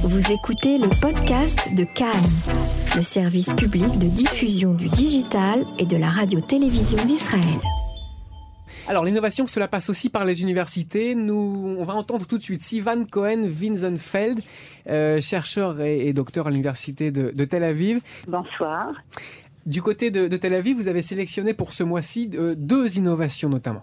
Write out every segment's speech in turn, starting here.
Vous écoutez les podcasts de Cannes, le service public de diffusion du digital et de la radio-télévision d'Israël. Alors l'innovation, cela passe aussi par les universités. On va entendre tout de suite Sivan Cohen-Wiesenfeld, chercheur et docteur à l'université de Tel Aviv. Bonsoir. Du côté de Tel Aviv, vous avez sélectionné pour ce mois-ci 2 innovations notamment.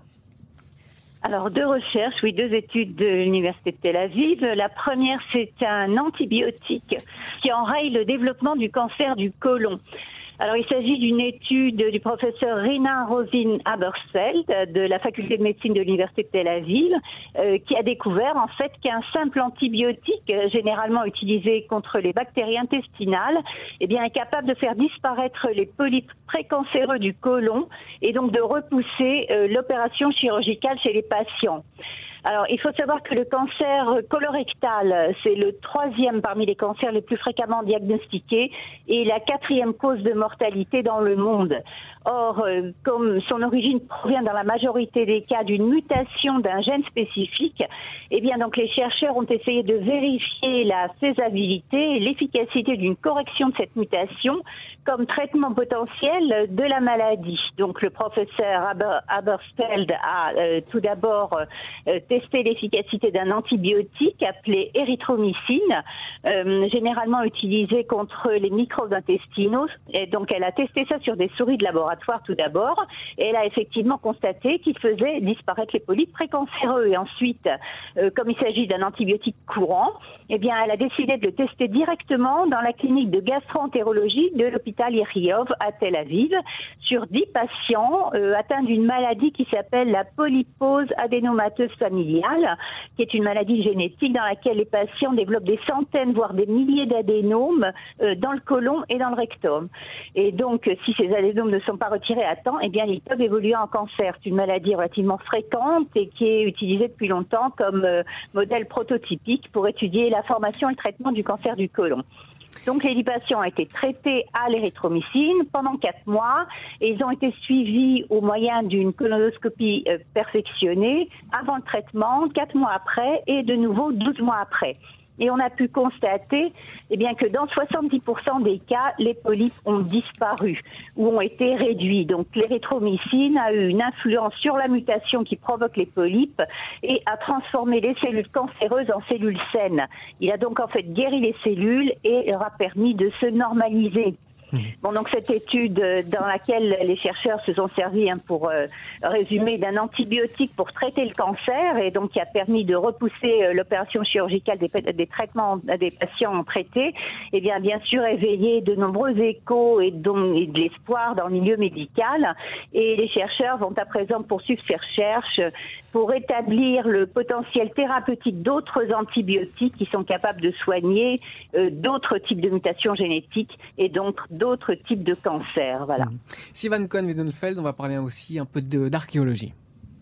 Alors 2 recherches, deux études de l'université de Tel Aviv. La première, c'est un antibiotique qui enraye le développement du cancer du côlon. Alors, il s'agit d'une étude du professeur Rina Rosin Habersfeld de la faculté de médecine de l'université de Tel Aviv qui a découvert en fait qu'un simple antibiotique généralement utilisé contre les bactéries intestinales est capable de faire disparaître les polypes précancéreux du côlon et donc de repousser l'opération chirurgicale chez les patients. Alors, il faut savoir que le cancer colorectal, c'est le 3e parmi les cancers les plus fréquemment diagnostiqués et la 4e cause de mortalité dans le monde. Or, comme son origine provient dans la majorité des cas d'une mutation d'un gène spécifique, donc les chercheurs ont essayé de vérifier la faisabilité et l'efficacité d'une correction de cette mutation comme traitement potentiel de la maladie. Donc, le professeur Habersfeld a tout d'abord testé l'efficacité d'un antibiotique appelé érythromycine, généralement utilisé contre les microbes intestinaux. Et donc, elle a testé ça sur des souris de laboratoire tout d'abord, et elle a effectivement constaté qu'il faisait disparaître les polypes précancéreux. Et ensuite, comme il s'agit d'un antibiotique courant, elle a décidé de le tester directement dans la clinique de gastro-entérologie de l'hôpital Ichilov à Tel Aviv sur 10 patients atteints d'une maladie qui s'appelle la polypose adénomateuse familiale, qui est une maladie génétique dans laquelle les patients développent des centaines, voire des milliers d'adénomes dans le côlon et dans le rectum. Et donc, si ces adénomes ne sont pas retirés à temps, ils peuvent évoluer en cancer. C'est une maladie relativement fréquente et qui est utilisée depuis longtemps comme modèle prototypique pour étudier la formation et le traitement du cancer du côlon. Donc, les 10 patients ont été traités à l'érythromycine pendant 4 mois et ils ont été suivis au moyen d'une colonoscopie perfectionnée avant le traitement, 4 mois après et de nouveau 12 mois après. Et on a pu constater que dans 70% des cas, les polypes ont disparu ou ont été réduits. Donc l'érythromycine a eu une influence sur la mutation qui provoque les polypes et a transformé les cellules cancéreuses en cellules saines. Il a donc en fait guéri les cellules et leur a permis de se normaliser. Bon, donc cette étude dans laquelle les chercheurs se sont servis, pour résumer, d'un antibiotique pour traiter le cancer et donc qui a permis de repousser l'opération chirurgicale des traitements des patients traités, bien sûr éveillé de nombreux échos et de l'espoir dans le milieu médical. Et les chercheurs vont à présent poursuivre ces recherches pour établir le potentiel thérapeutique d'autres antibiotiques qui sont capables de soigner d'autres types de mutations génétiques et donc d'autres types de cancers. Voilà. Sivan Cohen-Wiesenfeld, on va parler aussi un peu d'archéologie.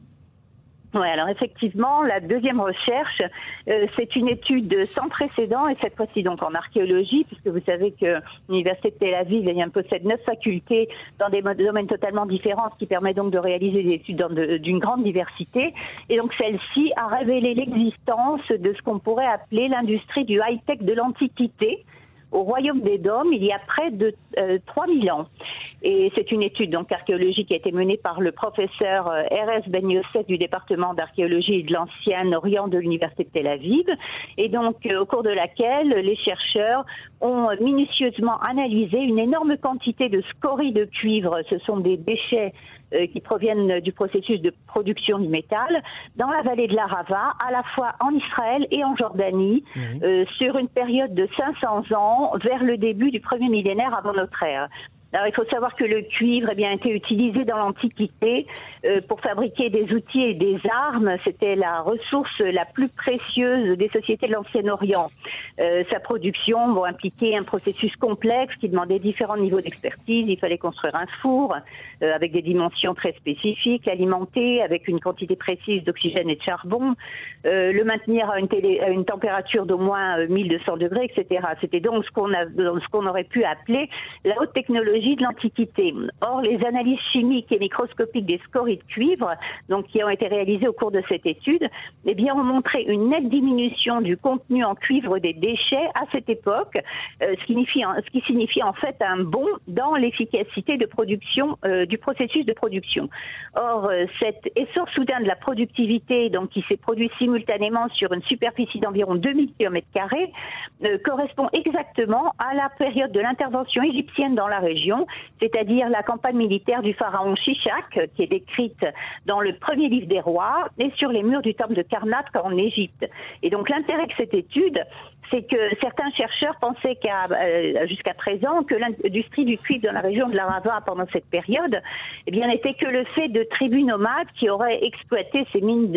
Oui, alors effectivement, la deuxième recherche, c'est une étude sans précédent, et cette fois-ci donc en archéologie, puisque vous savez que l'université de Tel Aviv possède 9 facultés dans des domaines totalement différents, ce qui permet donc de réaliser des études d'une grande diversité. Et donc celle-ci a révélé l'existence de ce qu'on pourrait appeler l'industrie du high-tech de l'Antiquité, au royaume d'Édom, il y a près de 3000 ans. Et c'est une étude donc archéologique qui a été menée par le professeur Erez Ben Yosef du département d'archéologie et de l'Ancien Orient de l'université de Tel Aviv. Et donc, au cours de laquelle les chercheurs ont minutieusement analysé une énorme quantité de scories de cuivre. Ce sont des déchets qui proviennent du processus de production du métal dans la vallée de l'Arava, à la fois en Israël et en Jordanie, sur une période de 500 ans, vers le début du premier millénaire avant notre ère. Alors, il faut savoir que le cuivre a été utilisé dans l'Antiquité pour fabriquer des outils et des armes. C'était la ressource la plus précieuse des sociétés de l'Ancien-Orient. Sa production impliquait un processus complexe qui demandait différents niveaux d'expertise. Il fallait construire un four avec des dimensions très spécifiques, l'alimenter avec une quantité précise d'oxygène et de charbon, le maintenir à une température d'au moins 1200 degrés, etc. C'était donc ce qu'on aurait pu appeler la haute technologie technologie de l'Antiquité. Or, les analyses chimiques et microscopiques des scories de cuivre, donc qui ont été réalisées au cours de cette étude, eh bien, ont montré une nette diminution du contenu en cuivre des déchets à cette époque, ce qui signifie en fait un bond dans l'efficacité de production du processus de production. Or, cet essor soudain de la productivité, donc qui s'est produit simultanément sur une superficie d'environ 2000 km², correspond exactement à la période de l'intervention égyptienne dans la région, c'est-à-dire la campagne militaire du pharaon Shishak, qui est décrite dans le premier livre des rois et sur les murs du temple de Karnak en Égypte. Et donc l'intérêt de cette étude, c'est que certains chercheurs pensaient jusqu'à présent que l'industrie du cuivre dans la région de l'Arava pendant cette période, eh bien, n'était que le fait de tribus nomades qui auraient exploité ces mines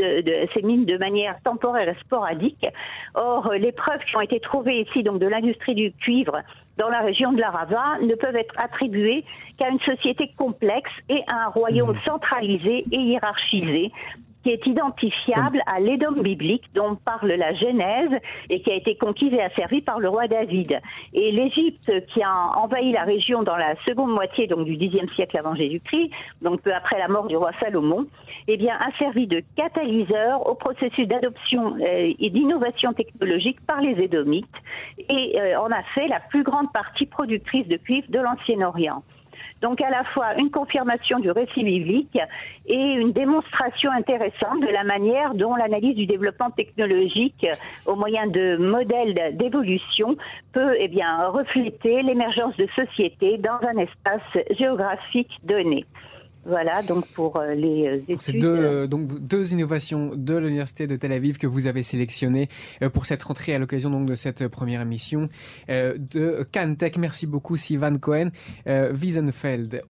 de manière temporaire et sporadique. Or, les preuves qui ont été trouvées ici donc de l'industrie du cuivre dans la région de l'Arava ne peuvent être attribuées qu'à une société complexe et à un royaume centralisé et hiérarchisé, qui est identifiable à l'Édom biblique dont parle la Genèse et qui a été conquise et asservie par le roi David. Et l'Égypte, qui a envahi la région dans la seconde moitié donc du Xe siècle avant Jésus-Christ, donc peu après la mort du roi Salomon, eh bien, a servi de catalyseur au processus d'adoption et d'innovation technologique par les Édomites et en a fait la plus grande partie productrice de cuivre de l'Ancien-Orient. Donc à la fois une confirmation du récit biblique et une démonstration intéressante de la manière dont l'analyse du développement technologique au moyen de modèles d'évolution peut refléter l'émergence de sociétés dans un espace géographique donné. Voilà, donc pour les études. C'est deux innovations de l'Université de Tel Aviv que vous avez sélectionnées pour cette rentrée à l'occasion donc de cette première émission de CanTech. Merci beaucoup, Sivan Cohen-Wiesenfeld.